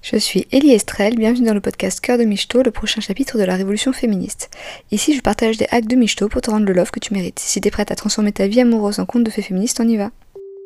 Je suis Élie Estrel, bienvenue dans le podcast Cœur de Michto, le prochain chapitre de la révolution féministe. Ici, je partage des hacks de Michto pour te rendre le love que tu mérites. Si t'es prête à transformer ta vie amoureuse en conte de fées féministes, on y va.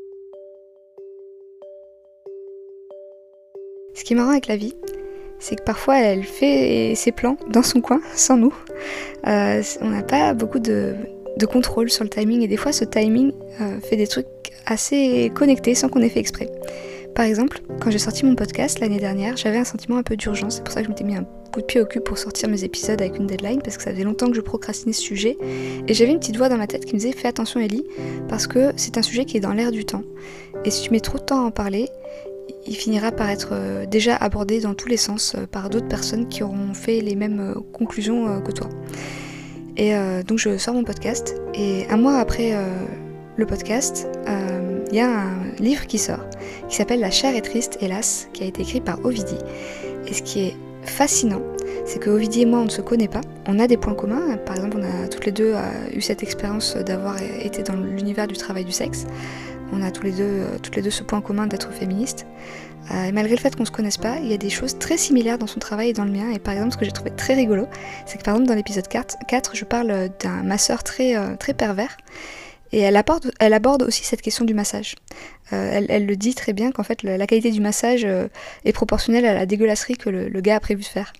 Ce qui est marrant avec la vie, c'est que parfois elle fait ses plans dans son coin, sans nous. On n'a pas beaucoup de contrôle sur le timing et des fois ce timing fait des trucs assez connectés sans qu'on ait fait exprès. Par exemple, quand j'ai sorti mon podcast l'année dernière, j'avais un sentiment un peu d'urgence. C'est pour ça que je m'étais mis un coup de pied au cul pour sortir mes épisodes avec une deadline, parce que ça faisait longtemps que je procrastinais ce sujet. Et j'avais une petite voix dans ma tête qui me disait « Fais attention Ellie, parce que c'est un sujet qui est dans l'air du temps. Et si tu mets trop de temps à en parler, il finira par être déjà abordé dans tous les sens par d'autres personnes qui auront fait les mêmes conclusions que toi. » Et donc je sors mon podcast, et un mois après le podcast, il y a un livre qui sort, qui s'appelle La chair est triste, hélas, qui a été écrit par Ovidie. Et ce qui est fascinant, c'est que Ovidie et moi, on ne se connaît pas. On a des points communs. Par exemple, on a toutes les deux eu cette expérience d'avoir été dans l'univers du travail du sexe. On a toutes les deux ce point commun d'être féministes. Et malgré le fait qu'on ne se connaisse pas, il y a des choses très similaires dans son travail et dans le mien. Et par exemple, ce que j'ai trouvé très rigolo, c'est que par exemple, dans l'épisode 4 je parle d'un masseur très pervers. Et elle aborde aussi cette question du massage. Elle le dit très bien qu'en fait la qualité du massage est proportionnelle à la dégueulasserie que le gars a prévu de faire.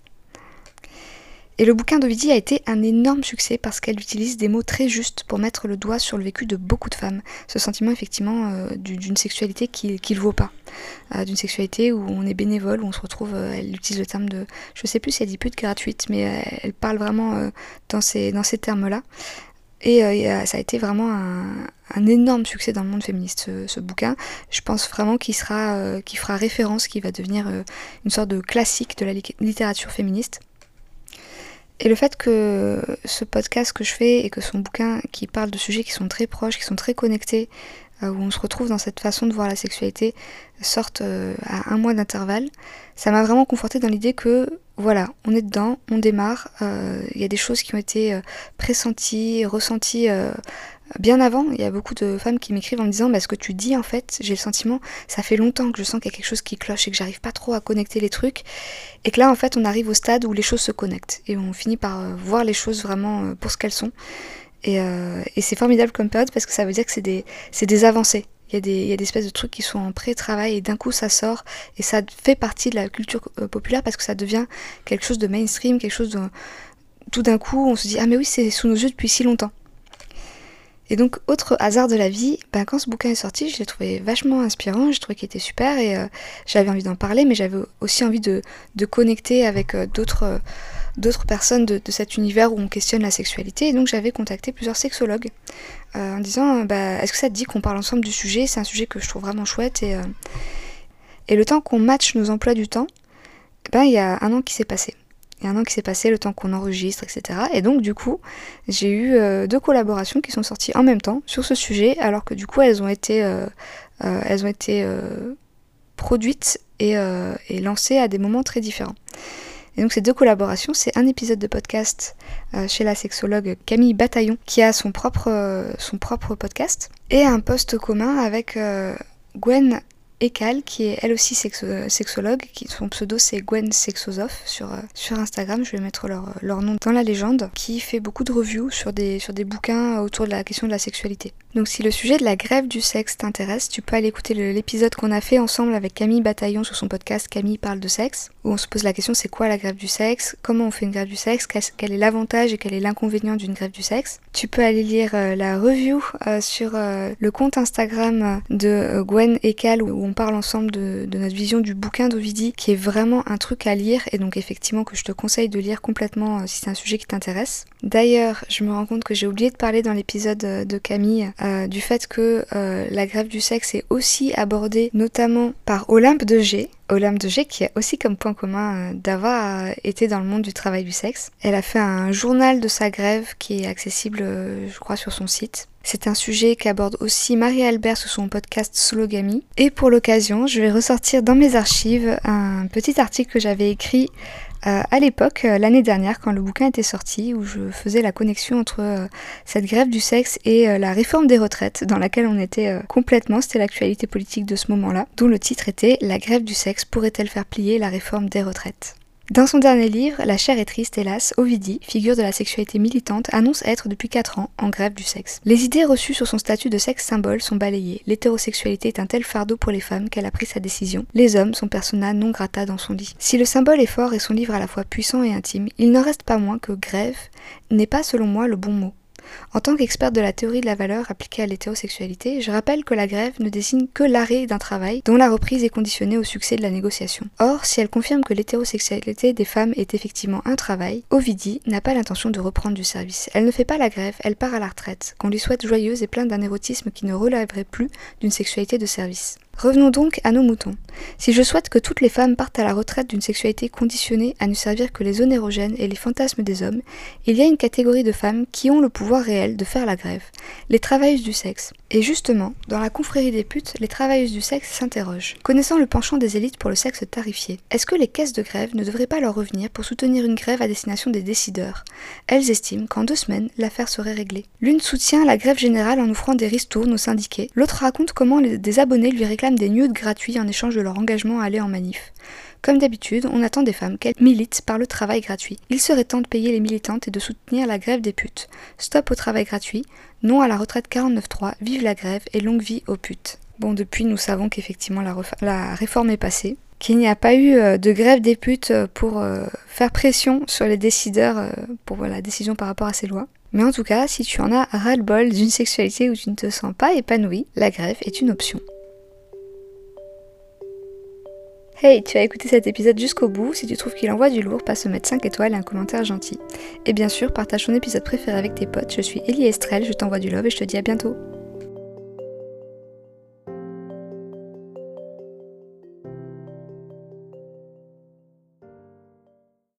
Et le bouquin d'Ovidie a été un énorme succès parce qu'elle utilise des mots très justes pour mettre le doigt sur le vécu de beaucoup de femmes. Ce sentiment effectivement d'une sexualité qu'il vaut pas. D'une sexualité où on est bénévole, où on se retrouve, elle utilise le terme de, je sais plus si elle dit pute gratuite, mais elle parle vraiment dans ces termes-là. Et ça a été vraiment un énorme succès dans le monde féministe, ce bouquin. Je pense vraiment qu'il fera référence, qu'il va devenir une sorte de classique de la littérature féministe. Et le fait que ce podcast que je fais et que son bouquin qui parle de sujets qui sont très proches, qui sont très connectés, où on se retrouve dans cette façon de voir la sexualité, sortent à un mois d'intervalle, ça m'a vraiment confortée dans l'idée que voilà, on est dedans, on démarre, y a des choses qui ont été pressenties, ressenties bien avant. Il y a beaucoup de femmes qui m'écrivent en me disant ce que tu dis en fait, j'ai le sentiment, ça fait longtemps que je sens qu'il y a quelque chose qui cloche et que j'arrive pas trop à connecter les trucs, et que là en fait on arrive au stade où les choses se connectent et on finit par voir les choses vraiment pour ce qu'elles sont. Et c'est formidable comme période parce que ça veut dire que c'est des avancées. Il y a des espèces de trucs qui sont en pré-travail et d'un coup ça sort et ça fait partie de la culture populaire parce que ça devient quelque chose de mainstream, quelque chose de... Tout d'un coup on se dit « Ah mais oui, c'est sous nos yeux depuis si longtemps ». Et donc, autre hasard de la vie, quand ce bouquin est sorti, je l'ai trouvé vachement inspirant, j'ai trouvé qu'il était super et j'avais envie d'en parler, mais j'avais aussi envie de connecter avec d'autres personnes de cet univers où on questionne la sexualité. Et donc, j'avais contacté plusieurs sexologues en disant est-ce que ça te dit qu'on parle ensemble du sujet ? C'est un sujet que je trouve vraiment chouette. Et le temps qu'on matche nos emplois du temps, il y a un an qui s'est passé. Il y a un an qui s'est passé, le temps qu'on enregistre, etc. Et donc du coup, j'ai eu 2 collaborations qui sont sorties en même temps sur ce sujet, alors que du coup elles ont été produites et lancées à des moments très différents. Et donc ces 2 collaborations, c'est un épisode de podcast chez la sexologue Camille Bataillon, qui a son propre podcast, et un post commun avec Gwen Ekal, qui est elle aussi sexologue, son pseudo c'est Gwen Sexosoph sur Instagram, je vais mettre leur nom dans la légende, qui fait beaucoup de reviews sur des bouquins autour de la question de la sexualité. Donc si le sujet de la grève du sexe t'intéresse, tu peux aller écouter l'épisode qu'on a fait ensemble avec Camille Bataillon sur son podcast Camille parle de sexe, où on se pose la question c'est quoi la grève du sexe, comment on fait une grève du sexe, quel est l'avantage et quel est l'inconvénient d'une grève du sexe. Tu peux aller lire la review sur le compte Instagram de Gwen Ekal, où on parle ensemble de notre vision du bouquin d'Ovidie, qui est vraiment un truc à lire et donc effectivement que je te conseille de lire complètement si c'est un sujet qui t'intéresse. D'ailleurs, je me rends compte que j'ai oublié de parler dans l'épisode de Camille du fait que la grève du sexe est aussi abordée notamment par Olympe de G. Olympe de G qui a aussi comme point commun d'avoir été dans le monde du travail du sexe. Elle a fait un journal de sa grève qui est accessible, je crois, sur son site. C'est un sujet qu'aborde aussi Marie-Albert sur son podcast Slogamy. Et pour l'occasion, je vais ressortir dans mes archives un petit article que j'avais écrit À l'époque, l'année dernière, quand le bouquin était sorti, où je faisais la connexion entre cette grève du sexe et la réforme des retraites, dans laquelle on était complètement, c'était l'actualité politique de ce moment-là, dont le titre était « La grève du sexe pourrait-elle faire plier la réforme des retraites ?» Dans son dernier livre, La chair est triste, hélas, Ovidie, figure de la sexualité militante, annonce être depuis 4 ans en grève du sexe. Les idées reçues sur son statut de sexe symbole sont balayées. L'hétérosexualité est un tel fardeau pour les femmes qu'elle a pris sa décision. Les hommes sont persona non grata dans son lit. Si le symbole est fort et son livre à la fois puissant et intime, il n'en reste pas moins que grève n'est pas selon moi le bon mot. En tant qu'experte de la théorie de la valeur appliquée à l'hétérosexualité, je rappelle que la grève ne désigne que l'arrêt d'un travail dont la reprise est conditionnée au succès de la négociation. Or, si elle confirme que l'hétérosexualité des femmes est effectivement un travail, Ovidie n'a pas l'intention de reprendre du service. Elle ne fait pas la grève, elle part à la retraite, qu'on lui souhaite joyeuse et pleine d'un érotisme qui ne relèverait plus d'une sexualité de service. Revenons donc à nos moutons. Si je souhaite que toutes les femmes partent à la retraite d'une sexualité conditionnée à ne servir que les onérogènes et les fantasmes des hommes, il y a une catégorie de femmes qui ont le pouvoir réel de faire la grève, les travailleuses du sexe. Et justement, dans la confrérie des putes, les travailleuses du sexe s'interrogent. Connaissant le penchant des élites pour le sexe tarifié, est-ce que les caisses de grève ne devraient pas leur revenir pour soutenir une grève à destination des décideurs? Elles estiment qu'en 2 semaines, l'affaire serait réglée. L'une soutient la grève générale en offrant des ristournes aux syndiqués, l'autre raconte comment des abonnés lui réclament des nudes gratuits en échange de leur engagement à aller en manif. Comme d'habitude, on attend des femmes qu'elles militent par le travail gratuit. Il serait temps de payer les militantes et de soutenir la grève des putes. Stop au travail gratuit, non à la retraite 49.3, vive la grève et longue vie aux putes. Bon, depuis, nous savons qu'effectivement la réforme est passée, qu'il n'y a pas eu de grève des putes pour faire pression sur les décideurs pour la décision par rapport à ces lois. Mais en tout cas, si tu en as ras-le-bol d'une sexualité où tu ne te sens pas épanoui, la grève est une option. Hey, tu as écouté cet épisode jusqu'au bout, si tu trouves qu'il envoie du lourd, passe me mettre 5 étoiles et un commentaire gentil. Et bien sûr, partage ton épisode préféré avec tes potes, je suis Ellie Estrel, je t'envoie du love et je te dis à bientôt.